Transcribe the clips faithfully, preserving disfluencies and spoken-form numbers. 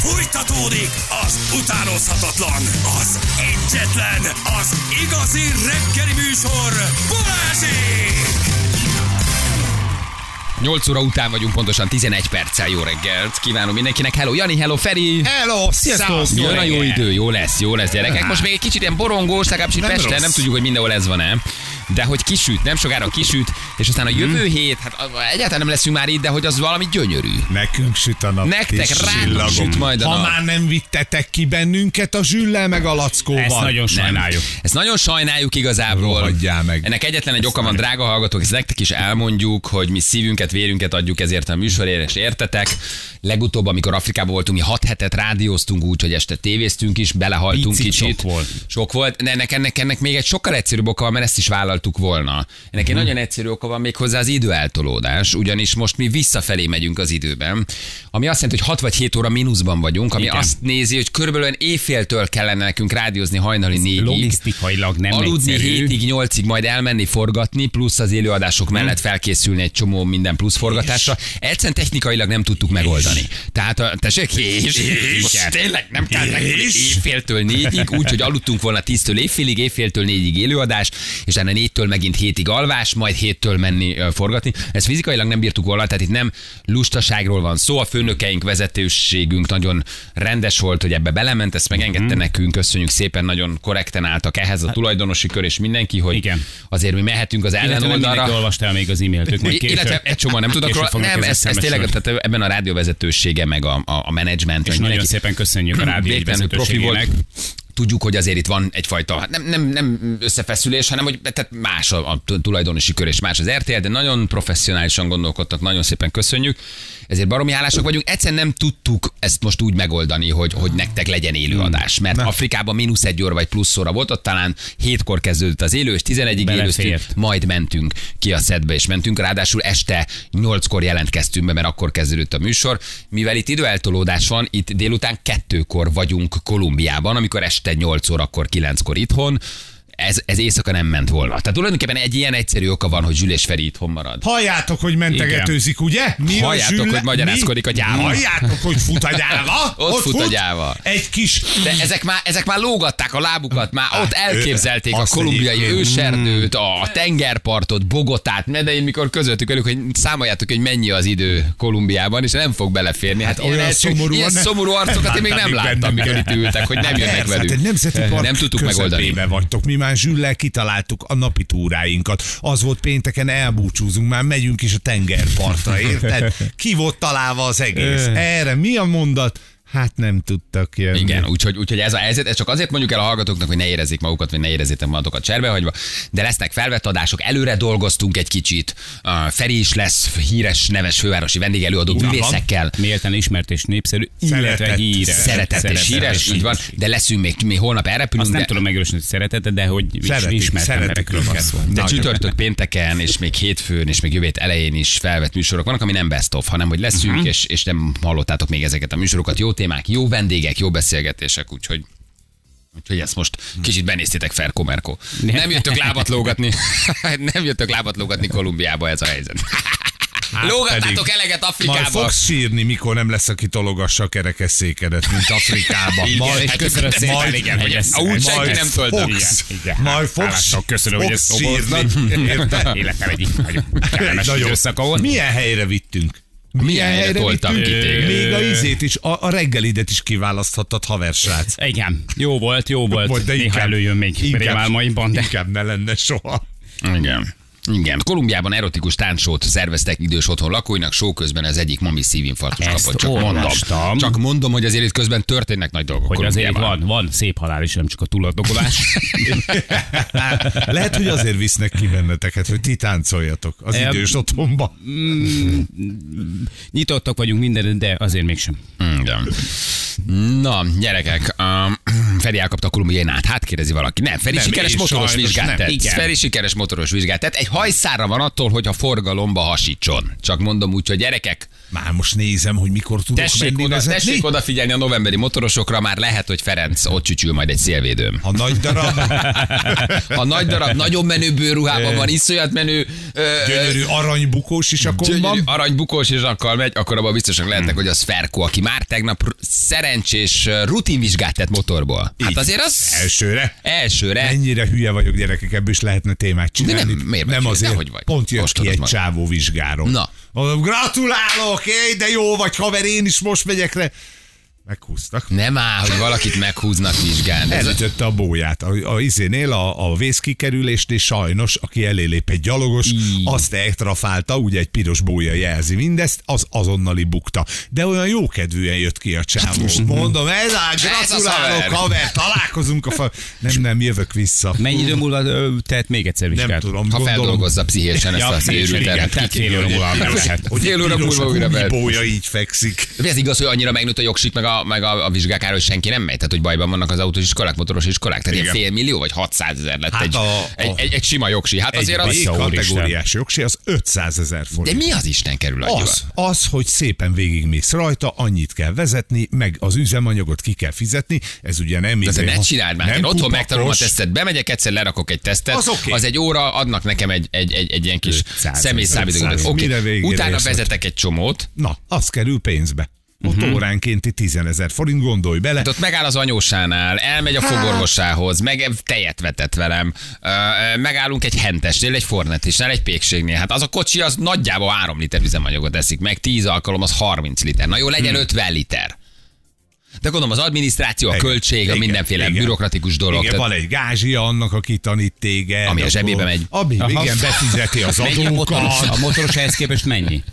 Fújtatódik az utánozhatatlan, az egyetlen, az igazi reggeli műsor, Balázsék! nyolc óra után vagyunk, pontosan tizenegy perccel. Jó reggelt kívánom mindenkinek. Hello Jani, hello Feri. Hello, sziasztok. Jön a jó idő, jó lesz, jó lesz gyerekek. Most még egy kicsit ilyen borongós, legalábbis itt Pesten, nem tudjuk, hogy mindenhol ez van-e. De hogy kisüt, nem sokára kisüt, és aztán a jövő hmm. hét, hát egyáltalán nem leszünk már itt, de hogy az valami gyönyörű. Nekünk süt a nap. Nektek ránk süt majd a nap. nap. Ha már nem vittetek ki bennünket a Zsüllel meg a Lackóval. Ezt nagyon sajnáljuk. Nem. Ezt nagyon sajnáljuk igazából. Rohadjál meg. Ennek egyetlen egy oka van, drága hallgatók, ezt nektek is elmondjuk, hogy mi szívünket, vérünket adjuk ezért a műsorért, és értetek. Legutóbb, amikor Afrikában voltunk, mi hat hetet rádióztunk úgy, hogy este tévéztünk is, belehaltunk Picit kicsit. Sok volt. Sok volt, de ennek, ennek, ennek még egy sokkal egyszerűbb oka van, mert ezt is vállaltuk volna. Ennek egy hmm. nagyon egyszerű oka van még hozzá, az időeltolódás, ugyanis most mi visszafelé megyünk az időben, ami azt jelenti, hogy hat vagy hét óra mínuszban vagyunk, ami igen. azt nézi, hogy körülbelül éjféltől kellene nekünk rádiózni hajnali négyig. Logisztikailag nem aludni egyszerű. hétig, nyolcig, majd elmenni forgatni, plusz az élőadások hmm. mellett felkészülni egy csomó minden plusz forgatásra. Egyszerűen technikailag nem tudtuk megoldani. Tehát a, tessék, és, és, és tényleg nem kell éjféltől négyig, úgyhogy aludtunk volna tíztől éjfélig, éjféltől négyig élőadás, és ennek négytől megint hétig alvás, majd héttől menni uh, forgatni. Ezt fizikailag nem bírtuk volna, tehát itt nem lustaságról van szó, a főnökeink, vezetőségünk nagyon rendes volt, hogy ebbe belement, ezt megengedte mm. nekünk, köszönjük szépen, nagyon korrekten álltak ehhez a tulajdonosi kör és mindenki, hogy igen. azért mi mehetünk az ellenoldalra. Illetve olvastál még az e-mailt, majd később. Illetve egy csomó nem tudok róla. Nem, ez, ez tényleg tehát ebben a rádióvezetősége, meg a, a, a menedzsment. És nagyon szépen köszönjük a rádió vezetőségének. Tudjuk, hogy azért itt van egyfajta, nem, nem, nem összefeszülés, hanem hogy tehát más a, a tulajdonosi kör és más az er té el, de nagyon professzionálisan gondolkodtak, nagyon szépen köszönjük. Ezért baromi hálásak vagyunk. Egyszerűen nem tudtuk ezt most úgy megoldani, hogy, hogy nektek legyen élőadás. Mert nem. Afrikában mínusz egy óra vagy plusz óra volt, ott talán hétkor kezdődött az élő, és tizenegyig élőztünk, majd mentünk ki a szedbe, és mentünk. Ráadásul este nyolckor jelentkeztünk be, mert akkor kezdődött a műsor. Mivel itt időeltolódás van, itt délután kettőkor vagyunk Kolumbiában, amikor este nyolc órakor, kilenckor itthon. Ez, ez éjszaka nem ment volna. Tehát tulajdonképpen egy ilyen egyszerű oka van, hogy Zsül és Feri itthon marad. Halljátok, hogy mentegetőzik, ugye? Mi Halljátok, Zsülle... hogy magyarázkodik a gyáva. Halljátok, hogy fut a gyáva. Ott, ott fut, fut a gyáva. Egy kis... De ezek már, ezek már lógatták a lábukat, már ott elképzelték a kolumbiai őserdőt, a tengerpartot, Bogotát, de én mikor közöltük velük, hogy számoljátok, hogy mennyi az idő Kolumbiában, és nem fog beleférni. Hát, hát olyan szomorú, ilyen szomorú arcokat én még nem láttam, mikor itt ültek, hogy nem jönnek velük. Nem tudtuk megoldani. Már Zsüllel kitaláltuk a napi túráinkat. Az volt pénteken, elbúcsúzunk, már megyünk is a tengerpartra, érted? Ki volt találva az egész? Erre mi a mondat? Hát nem tudtak jönni. Igen, úgyhogy, úgyhogy ez a helyzet, ez csak azért mondjuk el a hallgatóknak, hogy ne érezzék magukat, vagy ne érezzétek magatokat cserbehagyva, de lesznek felvett adások, előre dolgoztunk egy kicsit, uh, Feri is lesz híres, neves fővárosi vendégelőadó művészekkel. Méltán ismert és népszerű, illetve híres. Szeretett és híres, így van, de leszünk még, még holnap elrepülünk. Azt nem de... tudom megerősíteni, hogy szereteted, de hogy ismert emberekről van szó. De csütörtök pénteken, és még hétfőn, és még jövő hét elején is felvett műsorok vannak, ami nem best of, hanem hogy leszünk, uh-huh. és, és nem hallottátok még ezeket a műsorokat. Jó témák, jó vendégek, jó beszélgetések, úgyhogy, úgyhogy ezt most kicsit benéztétek Ferko Merko. Nem jöttök lábat lógatni, nem jöttök lábat lógatni Kolumbiába, ez a helyzet. Hát lógattátok eleget Afrikába. Majd fogsz sírni, mikor nem lesz, aki tologassa a kerekesszékedet, mint Afrikában. Igen, majd hát köszönöm szépen, majd, igen, hogy ezt úgy senki nem töltöm. Majd fogsz, köszönöm, hogy ezt sírni. Életem egyik kellemes időszaka volt. Milyen helyre vittünk? Milyen helyre voltam ki téged? Még a izét is, a, a reggelidet is kiválaszthattad, haversrác. Igen, jó volt, jó volt. volt de néha előjön még rémálmaimban. De... Inkább ne lenne soha. Igen. Igen. Kolumbiában erotikus táncsót szerveztek idős otthon lakóinak, show közben az egyik mami szívinfarktus kapott. Csak mondom, csak mondom, hogy azért itt közben történnek nagy dolgok. Hogy azért van, van szép halál is, nem csak a túladogolás. Lehet, hogy azért visznek ki benneteket, hogy ti táncoljatok az idős otthonba. Nyitottak vagyunk mindenre, de azért mégsem. Igen. Na, gyerekek, um, Feri elkapta a kolumbiánát, hát kérdezi valaki. Nem, Feri Nem, sikeres és motoros sajnos vizsgát nem. tett. Igen. Feri sikeres motoros vizsgát tett. Egy hajszára van attól, hogy a forgalomba hasítson. Csak mondom úgy, hogy gyerekek, Már most nézem, hogy mikor tudok tessék, menni oda, vezetni. tessék odafigyelni a novemberi motorosokra, már lehet, hogy Ferenc ott csücsül majd egy szélvédőm. A nagy darab, A nagy darab, nagyon menő bőrruhában van, iszonyat menő, ö, gyönyörű aranybukós is a gyönyörű komban. aranybukós és akkal megy, akkor abban biztosak lehetnek, hogy az Ferko, aki már tegnap r- szerencsés ö, rutinvizsgát tett motorból. Hát Így. azért az Elsőre. elsőre. Mennyire hülye vagyok, gyerekek, ebből is lehetne témát csinálni. nem, miért vagy nem hülye? azért, Dehogy vagy. pont jött Most ki tudod egy magad. csávó vizsgáról. Na. Mondom, gratulálok, éj, de jó vagy, haver, én is most megyek le. Meghúztak. Nem áll, hogy valakit meghúznak vizsgán. Ez Elütötte a bóját. A, a izénél, a, a vészkikerülésnél sajnos, aki elé lép egy gyalogos, Így. azt eltrafálta, ugye egy piros bója jelzi mindezt, az azonnali bukta. De olyan jókedvűen jött ki a csávó. Mondom, ez áll, Ez az gratulálok, haver. haver, találkozunk a fa... Nem, nem, jövök vissza. Mennyi idő múlva ö, tehet még egyszer Nem vizsgát? tudom, ha gondolom, feldolgozza pszichésen ezt Ja, a pszichésen, igen, szélőrűt. tehát fél óra múlva be lehet. hogy Fél óra piros múlva újra mehet. gumibója így fekszik. De ez igaz, hogy annyira megnőtt a jogsik, meg a, meg a, a vizsgákára, hogy senki nem megy? Tehát, hogy bajban vannak az autós iskolák, motoros iskolák? Tehát ilyen Igen. fél millió vagy hatszázezer lett Hát egy, a- a- egy, egy, egy, sima jogsi. Hát azért Egy az... B kategóriás jogsi, az ötszázezer forint. De mi az Isten kerül annyiba? Az, az, hogy szépen végigmész rajta, annyit kell vezetni, meg az üzemanyagot ki kell fizetni, ez ugye nem De izé, ne ha csináld már, nem én otthon kupakos. megtanulom a tesztet, bemegyek egyszer, lerakok egy tesztet, Az az, oké. az egy óra, adnak nekem egy, egy, egy, egy ilyen kis ötszáz, személy számítógépet. ötszáz. Mire Oké, végére utána érsz ott? vezetek egy csomót, Na, az kerül pénzbe. Ott uh-huh. óránkénti tízezer forint, gondolj bele. hát ott megáll az anyósánál, elmegy a fogorvosához, meg tejet vetett velem, ö, ö, megállunk egy hentesnél, egy fornetisnál, egy pékségnél. Hát az a kocsi az nagyjából három liter üzemanyagot eszik, meg tíz alkalom az harminc liter. Na jó, legyen ötven liter. De gondolom az adminisztráció, a Igen, költség, a igen, mindenféle igen. bürokratikus dolog. Igen, tehát- van egy gázsia annak, aki tanít téged. Ami a akkor- zsebébe megy. Ami, Aha. igen, befizeti az Mennyi a motoros? adókat. A motoros ehhez képest mennyi?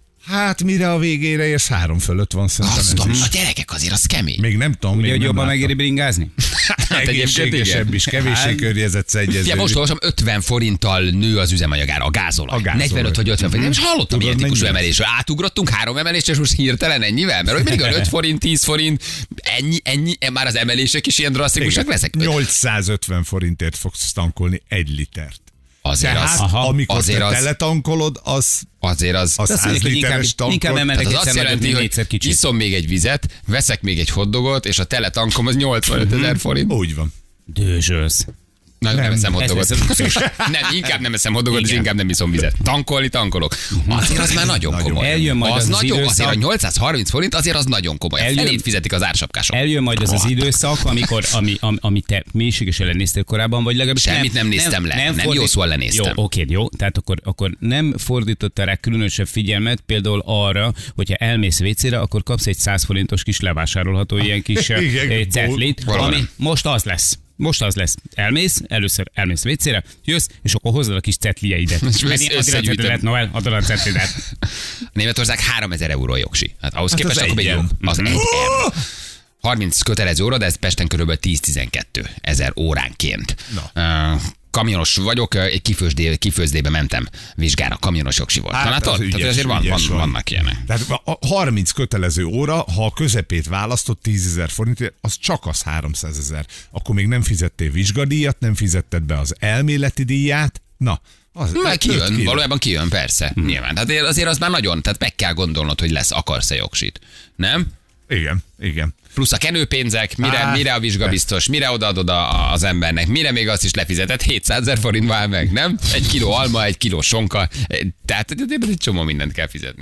Hát mire a végére érsz, három fölött van szerintem Azt ez a, is. a gyerekek azért az kemény. Még nem tudom, Ugye, még hogy nem jobban láttam. megéri bringázni? Hát egyébként Egészségesebb igen. is, kevéssé Hát- környezetszennyező. Ugye most olvasom, ötven forinttal nő az üzemanyagára, a gázolaj. A gázolaj. negyvenöt vagy ötven forint. Nem is hallottam Tudod, ilyen típusú mennyi? emelésről. Átugrottunk három emelést, és most hirtelen ennyivel? Mert hogy mindig olyan öt forint, tíz forint, ennyi, ennyi, már az emelések is ilyen drasztikusak Igen. leszek. nyolcszázötven forintért fogsz tankolni egy litert. Azért Tehát az, aha, amikor azért te az- teletankolod, az azért az, a azt száz mondják, hogy literes inkább- tankod. inkább emelek tehát az egyszer azt jelenti, nagyobb, hogy négyszer kicsit. iszom még egy vizet, veszek még egy hotdogot, és a teletankom az nyolcvanöt ezer forint. Úgy van. Dőzsölsz. Na, nem, nem eszem Ez hotdogot. lesz a luxus. Nem, inkább nem eszem hotdogot, és Igen. inkább nem iszom vizet. Tankolni, tankolok. Azért az már nagyon Nagyon. komoly. Eljön majd az az az nagyon, időszak- azért a nyolcszázharminc forint, azért az nagyon komoly. Eljön- Felét fizetik az ársapkások. Eljön majd az az időszak, amikor, ami, ami, ami te mélységesen lenéztél korábban, vagy legalábbis Semmit nem néztem le, nem jó szóval lenéztem. Jó, oké, jó, tehát akkor, akkor nem fordítottál rá különösebb figyelmet például arra, hogyha elmész vécére, akkor kapsz egy száz forintos kis levásárolható ilyen kis Igen, eh, cetlit, valami. ami most az lesz. Most az lesz. Elmész, először elmész vécére, jössz, és akkor hozod a kis cetlieidet. És Menj, adod a összegyűjtöd. cetlidet, Noel, adod a cetlidet. Németország háromezer euró jogsi. Hát ahhoz Hát képest az akkor még egy jobb. M. Az egy M. harminc kötelező óra, de ez Pesten körülbelül tíz-tizenkettő ezer óránként. Uh, kamionos vagyok, egy kifőzdé, kifőzdébe mentem vizsgára, kamionos jogsi volt. Hát, Hát, az tehát ügyes, azért van, ügyes van, vagy. vannak ilyenek. Tehát a harminc kötelező óra, ha a közepét választott tízezer forintért, az csak az háromszázezer. Akkor még nem fizettél vizsgadíjat, nem fizetted be az elméleti díját. Na, az Meg öt kijön, kiló. valójában kijön, persze, hmm. nyilván. Tehát azért- azért az már nagyon, tehát meg kell gondolnod, hogy lesz, akarsz-e jogsit. Nem? Igen, igen. Plusz a kenőpénzek, mire, Á, mire a vizsgabiztos, mire odaadod a- az embernek, mire még azt is lefizetett, hétszázezer forint vál meg, nem? Egy kiló alma, egy kiló sonka, tehát egy csomó mindent kell fizetni.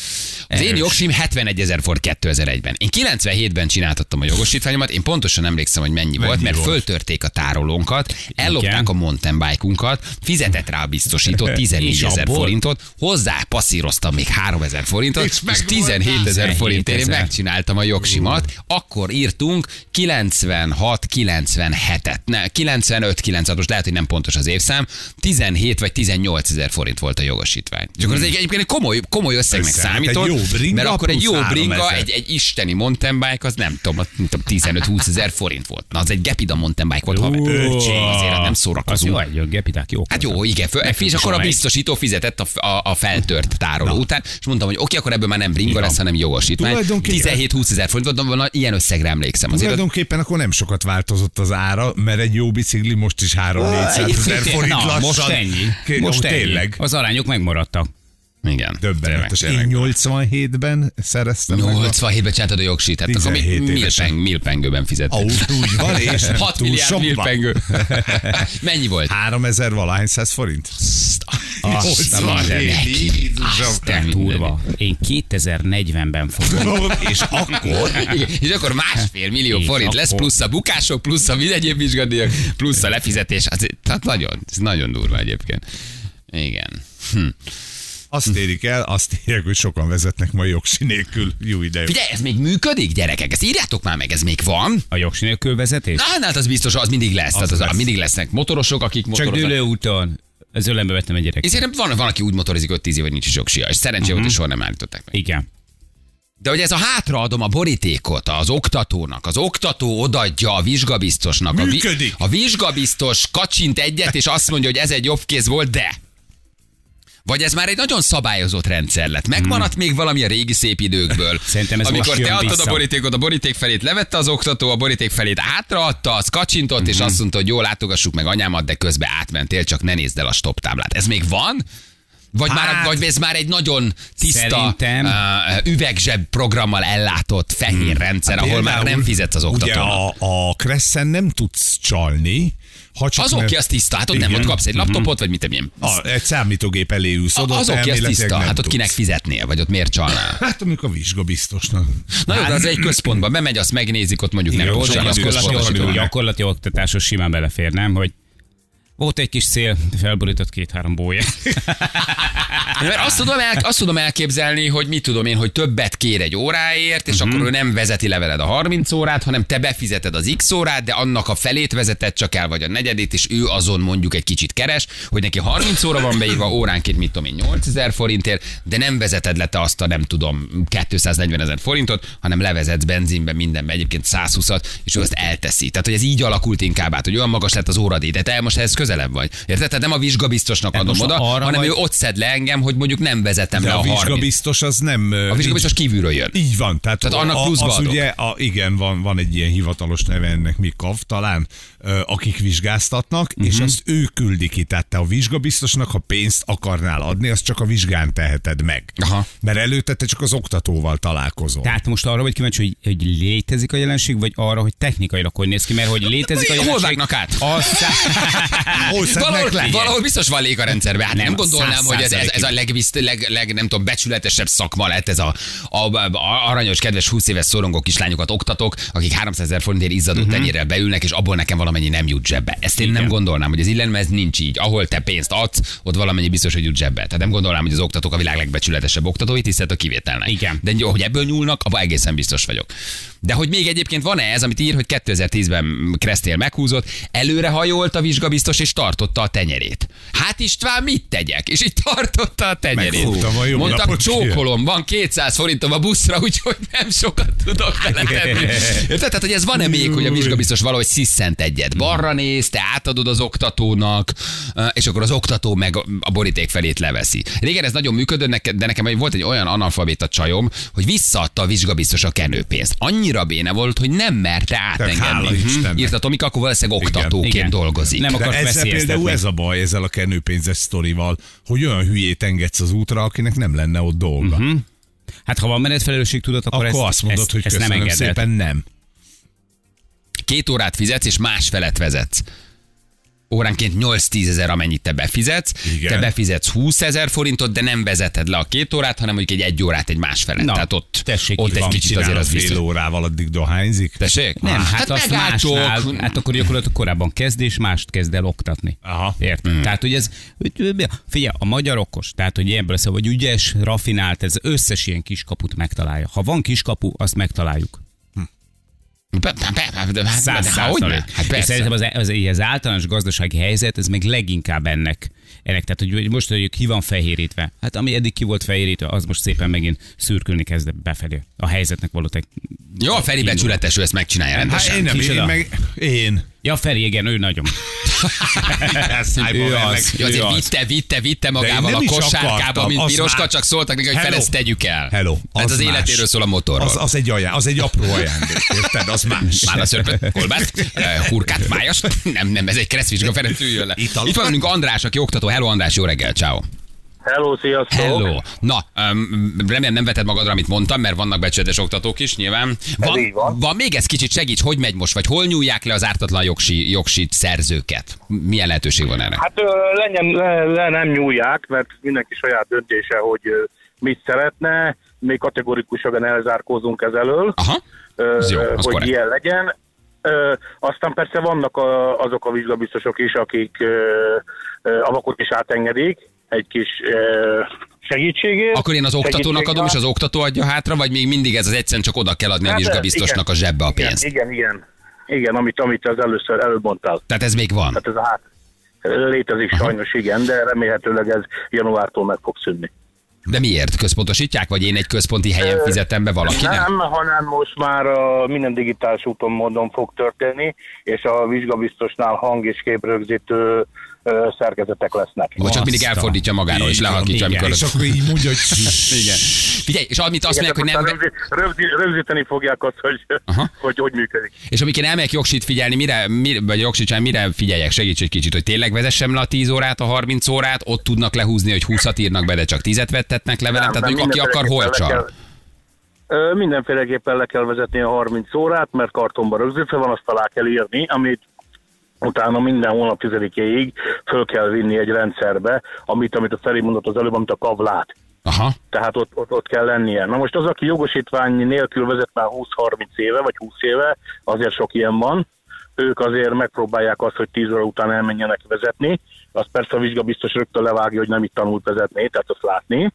Az én jogsim hetvenegy ezer forint kétezer-egyben. Én kilencvenhétben csináltattam a jogosítványomat, én pontosan emlékszem, hogy mennyi, volt, mert volt? föltörték a tárolónkat, ellopták Igen. a mountain bike-unkat, fizetett rá a biztosító tizennégy És ezer abból? forintot, hozzá passzíroztam még háromezer forintot, És és megvolt. tizenhét ezer forintért én ezer. megcsináltam a jogsimat, akkor írtunk kilencvenhat kilencvenhetet, ne, kilencvenöt kilencvenhat, most lehet, hogy nem pontos az évszám, tizenhét vagy tizennyolc ezer forint volt a jogosítvány. És akkor ez egy, egyébként egy komoly, komoly összegnek Össze, hát egy számított, jó bringa, Mert akkor egy jó bringa, háromezer. egy, egy isteni mountain bike, az nem tudom, nem tudom tizenöt-húsz ezer forint volt. Na, az egy Gepida mountain bike volt, haver. öcsém. Azért nem Az szórakozunk. jó, egy gepidák jó. Hát jó, igen, föl, és akkor a biztosító fizetett a, a, a feltört tároló Na. után, és mondtam, hogy oké, akkor ebből már nem bringa lesz, hanem jogosítvány. Tulajdonképpen- tizenhét-húsz ezer forint volt, van, ilyen összegre emlékszem. Azért Tulajdonképpen akkor nem sokat változott az ára, mert egy jó bicikli most is három-négyszáz ezer Egyébként, forint na, lassan. most ennyi. Ké- Most ó, ennyi. tényleg. Az arányok megmaradtak. igen. Döbbenetes. Tényleg, Én tényleg. nyolcvanhétben szereztem meg a nyolcvanhétben csináltad a jogsít, hát akkor mi tizenhét évesen. milpeng, milpengőben fizettél. autó úgy van, és nem hat túl milliárd sokban. milpengő. Mennyi volt? háromezer valahány száz forint. nyolcvanhét. Jézusom. Te turva. Én kétezer-negyvenben fogom. És akkor Igen, és akkor másfél millió És forint lesz, akkor- plusz a bukások, plusz a egyéb vizsgadíjak, plusz a lefizetés. Az, tehát nagyon, ez nagyon durva egyébként. Igen. Hm. azt érik el, azt írják, hogy sokan vezetnek ma jogsi nélkül. Jó ide. Figyelj, ez még működik, gyerekek? Ezt írjátok már meg, ez még van? A jogsi nélkül vezetés? Na, hát az biztos, az mindig lesz. Tehát az, lesz. mindig lesznek motorosok, akik Csak motoroznak. dőlőúton. Az ölembe vettem egy gyerek. Ezért van, van, aki úgy motorozik öt-tíz év, hogy nincs is jogsia, és szerencsé volt, és soha nem állították meg. Igen. De hogy ez a hátraadom a borítékot az oktatónak, az oktató odaadja a vizsgabiztosnak. A, vi- Működik. a vizsgabiztos kacsint egyet, és azt mondja, hogy ez egy jobbkéz volt, de... Vagy ez már egy nagyon szabályozott rendszer lett. Megmaradt még valami a régi szép időkből. Szerintem ez amikor most te jön adtad vissza. a borítékot, a boríték felét levette az oktató, a boríték felét hátraadta, az kacsintott, Mhm. és azt mondta, hogy jó, látogassuk meg anyámat, de közben átmentél, csak ne nézd el a stop táblát. Ez még van? Vagy, Hát- már, vagy ez már egy nagyon tiszta Szerintem- uh, üvegzseb programmal ellátott fehér rendszer, ahol már Például nem fizetsz az Ugye oktatónak. a, a Kreszen nem tudsz csalni, ha csak Az nem- oké, az tiszta. Hát ott nem, Igen. ott kapsz egy laptopot, vagy mit tudom én. A, egy számítógép elé ülsz, oda, Az oké, az elméletileg tiszta. nem Hát ott tudsz. kinek fizetnél, vagy ott miért csalnál? Hát amikor vizsgabiztosnak. Na jó, de az egy központban bemegy, azt megnézik, ott mondjuk nem Igen, jósan, sokkal az idős, központban sokkal csinálják. Gyakorlati oktatásos simán belefér, nem? Hogy volt egy kis szél, felborított két-három bója. Mert azt tudom, el, azt tudom elképzelni, hogy mit tudom én, hogy többet kér egy óráért, és uh-huh. akkor ő nem vezeti le veled a harminc órát, hanem te befizeted az X órát, de annak a felét vezeted csak el, vagy a negyedét, és ő azon mondjuk egy kicsit keres, hogy neki harminc óra van beírva óránként, mit tudom én, nyolcezer forintért, de nem vezeted le te azt a nem tudom kétszáznegyven ezer forintot, hanem levezetsz benzinbe, mindenbe egyébként százhúszat, és ő azt elteszi. Tehát, hogy ez így alakult inkább át, hogy olyan magas lett az óradíj, de te most ehhez közelebb vagy. Érted? Tehát nem a vizsgabiztosnak adom most oda, arra hanem vagy- ő ott szed le engem, hogy mondjuk nem vezetem De le a a harminc. vizsgabiztos az nem... A vizsgabiztos kívülről jön. Így van, tehát, Tehát annak a- pluszba az adok. ugye, a, igen, van, van egy ilyen hivatalos neve ennek, mi kav talán, ö, akik vizsgáztatnak, uh-huh. és azt ő küldi ki. Tehát te a vizsgabiztosnak, ha pénzt akarnál adni, azt csak a vizsgán teheted meg. Aha. Mert előtte te csak az oktatóval találkozol. Tehát most arra vagy kíváncsi, hogy, hogy létezik a jelenség, vagy arra, hogy technikailag hogy néz ki, mert hogy létezik a Hol jelenség. vágnak át? Azt Hol szednek Valahol, le? valahol biztos van lég a rendszerben. Hát nem, Nem, nem gondolnám, száz hogy ez, ez, ez a százalékig. legvisz, leg, leg, nem tudom, becsületesebb szakma lett ez a, a, a aranyos, kedves húsz éves szorongó kislányokat oktatok, akik háromszázezer forintért izzadó uh-huh. tenyérrel beülnek, és abból nekem valamennyi nem jut zsebbe. Ezt én Igen. nem gondolnám, hogy ez így lenne, mert ez nincs így. Ahol te pénzt adsz, ott valamennyi biztos, hogy jut zsebbe. Tehát nem gondolnám, hogy az oktatók a világ legbecsületesebb oktatói, tisztelt a kivételnek. Igen. De jó, hogy ebből nyúlnak, abban egészen biztos vagyok. De hogy még egyébként van-e ez, amit ír, hogy kétezer-tízben Kresztél meghúzott, előrehajolt a vizsgabiztos és tartotta a tenyerét. Hát István, mit tegyek? És így tartotta a tenyerét. Megfogtam a jó Mondtam, napot, csókolom, van kétszáz forintom a buszra, úgyhogy nem sokat tudok vele tenni. Érted? Tehát, hogy ez van-e még, hogy a vizsgabiztos valahogy sziszent egyet. Balra néz, te átadod az oktatónak, és akkor az oktató meg a boríték felét leveszi. Régen ez nagyon működött, de nekem volt egy olyan analfabéta csajom, hogy visszaadta a vizsgabiztos a kenőpénzt. Annyira béne volt, hogy nem merte hála átengedni. Istennek. Írta Tomika, akkor valószínűleg oktatóként Igen. dolgozik. Nem De akart ezzel veszélyeztetni. például ez a baj, ezzel a kenőpénzes sztorival, hogy olyan hülyét engedsz az útra, akinek nem lenne ott dolga. Uh-huh. Hát ha van menetfelelősségtudat, akkor, Akkor ezt, azt mondod, ezt, hogy ezt nem köszönöm engeded. szépen, nem. Két órát fizetsz, és más felet vezetsz. Óránként nyolc-tízezer, amennyit te befizetsz. Igen. Te befizetsz húszezer forintot, de nem vezeted le a két órát, hanem mondjuk egy egy órát egy más felet. Na, Tehát ott, tessék, ott itt egy van, kicsit azért az fél biztos. órával addig dohányzik. Tessék? Nem, hát, hát azt megálltok. másnál, hát akkor gyakorlatilag korábban kezd, és mást kezd el oktatni. Aha. Érted? Mm. Tehát, hogy ez, figyelj, a magyar okos, tehát, hogy ilyenből lesz, hogy ügyes, rafinált, ez összes ilyen kiskaput megtalálja. Ha van kiskapu, azt megtaláljuk. Persze, Száz százalék. És szerintem az, az, az általános gazdasági helyzet, ez meg leginkább ennek. ennek. Tehát, hogy most, hogy ki van fehérítve. Hát ami eddig ki volt fehérítve, az most szépen megint szürkülni kezd befelé. A helyzetnek való tek... Jó, a Feri becsületes, ő ezt megcsinálja rendesen. Hát én nem, én meg... Én. Ja, Feri, igen, ő nagyon. ő az, ő azért az. vitte, vitte, vitte magával a kosárkába, mint Piroska, csak szóltak neki, hogy fel ezt tegyük el. Hello. Az, az, az életéről szól a motorról. Az, az, egy, aján, az egy apró ajándék, érted? Az más. Már a szörpöt, kolbászt, hurkát, májas. Nem, nem, ez egy keresztvizsga, Ferenc, üljön le. Itt van velünk András, aki oktató. Hello, András, jó reggel, ciao. Hello, sziasztok! Hello. Na, um, remélem nem veted magadra, amit mondtam, mert vannak becsületes oktatók is, nyilván. Van, van. van még ez kicsit segíts, hogy megy most, vagy hol nyúlják le az ártatlan jogsi, jogsit szerzőket? Milyen lehetőség van erre? Hát le, le, le nem nyúlják, mert mindenki saját döntése, hogy mit szeretne. Még kategorikusan elzárkózunk ez elől, Aha. Ez jó, az hogy korrekt. Ilyen legyen. Ö, aztán persze vannak a, azok a vizsgabiztosok is, akik a vakot is átengedik egy kis ö, segítségért. Akkor én az oktatónak adom, és az oktató adja hátra, vagy még mindig ez az egyszerűen csak oda kell adni hát a vizsgabiztosnak igen, a zsebbe a pénzt? Igen, igen, igen. Igen, amit, amit az először előbb mondtál. Tehát ez még van? Tehát ez a hát, létezik Aha. sajnos, igen, de remélhetőleg ez januártól meg fog szűnni. De miért? Központosítják, vagy én egy központi helyen fizetem be valakinek? Nem, hanem most már a minden digitális úton, módon fog történni, és a vizsgabiztosnál hang- és képrögzítő szerkezetek lesznek. Vagy csak mindig elfordítja magáról, és lehalkítja, amikor... És akkor így mondja, hogy... Igen. Figyelj, és amit azt mondják, hogy nem... Rögzít, rögzít, rögzíteni fogják azt, hogy, hogy hogy működik. És amikor én elmegyek jogsit figyelni, mire, mire, vagy jogsit mire figyeljek, segíts egy kicsit, hogy tényleg vezessem le a tíz órát, a harminc órát, ott tudnak lehúzni, hogy húszat írnak be, de csak tízet vettetnek le velem, tehát mondjuk aki akar, hol csal. Mindenféleképpen le kell vezetni a harminc órát, mert kartonban rögzítve van, azt alá kell írni, amit utána minden hónap tizedikéig föl kell vinni egy rendszerbe, amit, amit a Feri mondott az előbb, amit a kav lát. Aha. Tehát ott, ott, ott kell lennie. Na most az, aki jogosítvány nélkül vezet már húsz-harminc éve, vagy húsz éve, azért sok ilyen van, ők azért megpróbálják azt, hogy tíz óra után elmenjenek vezetni. Azt persze a vizsgabiztos rögtön levágja, hogy nem itt tanult vezetni, tehát azt látni,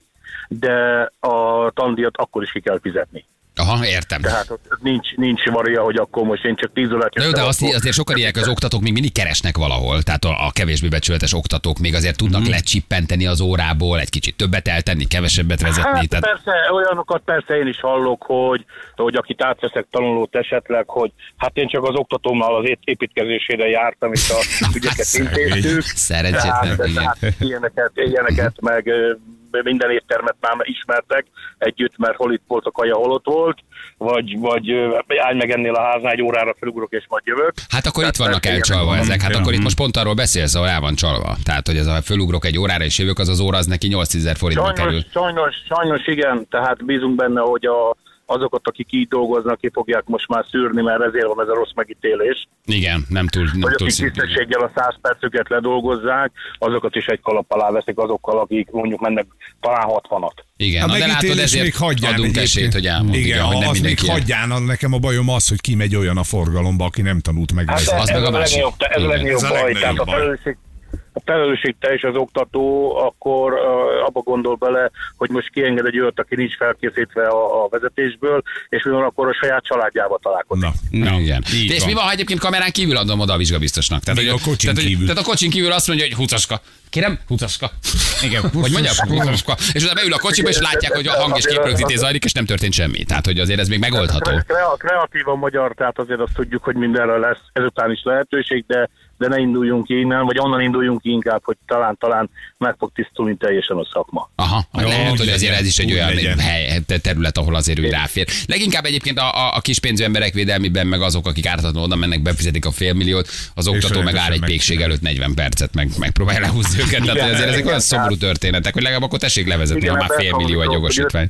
de a tandíjat akkor is ki kell fizetni. Aha, értem. Tehát ott nincs, nincs varia, hogy akkor most én csak tíz órát... De, de azt, azért sokan ilyenek az oktatók még mindig keresnek valahol, tehát a, a kevésbé becsületes oktatók még azért tudnak mm. lecsippenteni az órából, egy kicsit többet eltenni, kevesebbet vezetni. Hát tehát... persze, olyanokat persze én is hallok, hogy, hogy akit átveszek tanulót esetleg, hogy hát én csak az oktatómmal az építkezésére jártam, és a ügyeket intéztük. Szerencsétlen, tehát, igen. Tehát ilyeneket, ilyeneket meg minden éttermet már ismertek együtt, mert hol itt volt a kaja, hol ott volt, vagy, vagy állj meg ennél a háznál, egy órára felugrok, és majd jövök. Hát akkor tehát itt vannak elcsalva ezek, hát akkor itt most pont arról beszélsz, ahol el van csalva. Tehát, hogy ez a felugrok egy órára, és jövök, az az óra, az neki nyolcezer forintba sajnos, kerül. Sajnos, sajnos igen, tehát bízunk benne, hogy a azokat, akik így dolgoznak, ki fogják most már szűrni, mert ezért van ez a rossz megítélés. Igen, nem túl nem hogy túl akik tisztességgel a száz percüket ledolgozzák, azokat is egy kalap alá veszik azokkal, akik mondjuk mennek talán hatvanat. Igen, a de látod, ezért még hagyján adunk esélyt, hogy elmondjuk. Igen, hogy nem az még ilyen. hagyján, nekem a bajom az, hogy kimegy olyan a forgalomba, aki nem tanult meg. Hát az, az ez, meg a ez másik. Legnagyobb, ez a legnagyobb ez a baj. legnagyobb Tehát a baj. felelősség, a felelősség te és az oktató, akkor uh, abba gondol bele, hogy most kienged egy olyat, aki nincs felkészítve a, a vezetésből, és mi van, akkor a saját családjába találkozik. Na, na igen. De és van. mi van, ha egyébként kamerán kívül adom oda a vizsgabiztosnak? Tehát, Még hogy, a kocsin tehát, kívül. Tehát a kocsin kívül azt mondja, hogy hucaska. Kérem, hucaska. Igen, hogy mondjam, hucaska. És utána beül a kocsiba, és látják, hogy a hang és képrögzítés zajlik, és nem történt semmi. Tehát, hogy azért ez még megoldható. Kreatív a magyar, tehát azért azt tudjuk, hogy mindenre lesz ezután is lehetőség, de de ne induljunk ki innen, vagy onnan induljunk ki inkább, hogy talán-talán meg fog tisztulni teljesen a szakma. Aha, Jó, lehet, hogy azért legyen, ez is egy olyan legyen. hely, terület, ahol azért úgy ráfér. Leginkább egyébként a, a, a kispénzű emberek védelmében, meg azok, akik ártatlanul oda mennek, befizetik a félmilliót, az oktató meg áll egy pékség előtt negyven percet, meg megpróbálja lehúzni őket. Tehát azért ezek olyan szomorú történetek, hogy legalább akkor tessék levezetni, igen, ha már félmillió egy jogosítvány.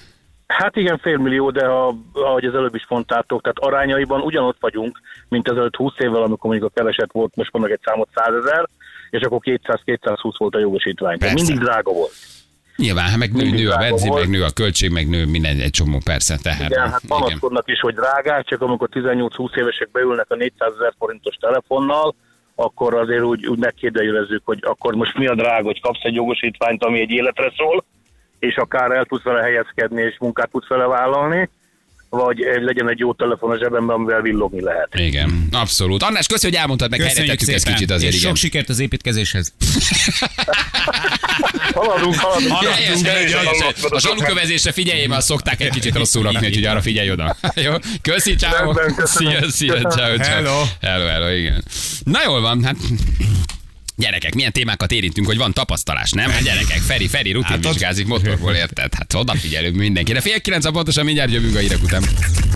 Hát igen, félmillió, de ha, ahogy az előbb is mondtátok, tehát arányaiban ugyanott vagyunk, mint az előtt húsz évvel, amikor mondjuk a kereset volt, most mondok egy számot százezer, és akkor kétszáz-kétszázhúsz volt a jogosítvány. Tehát mindig drága volt. Nyilván, hát meg nő, nő a benzin, meg nő a költség, meg nő minden egy csomó, persze. Tehát, igen, hát panaszkodnak is, hogy drágák, csak amikor tizennyolc-húsz évesek beülnek a négyszázezer forintos telefonnal, akkor azért úgy, úgy megkérdőjelezzük, hogy akkor most mi a drága, hogy kapsz egy jogosítványt, ami egy életre szól, és akár el tudsz vele helyezkedni, és munkát tudsz vele vállalni, vagy legyen egy jó telefon a zsebemben, amivel villogni lehet. Igen, abszolút. Annás, köszi, hogy elmondtad, meg helyre tettük ezt kicsit azért. És igen. sok sikert az építkezéshez. Haladunk, haladunk. Helyes, helyes, helyes. A zsalukövezésre figyeljél, mert szokták egy kicsit rosszul rakni, úgyhogy arra figyelj oda. Jó? Köszi, ciao. Szia, szia, ciao, ciao. Hello. Hello, hello, igen. Na jól van, hát gyerekek, milyen témákat érintünk, hogy van tapasztalás, nem? Hát gyerekek, Feri, Feri rutinvizsgázik motorból, érted? Hát odafigyelünk mindenkire. Fél kilenc pontosan mindjárt jövünk a hírek után.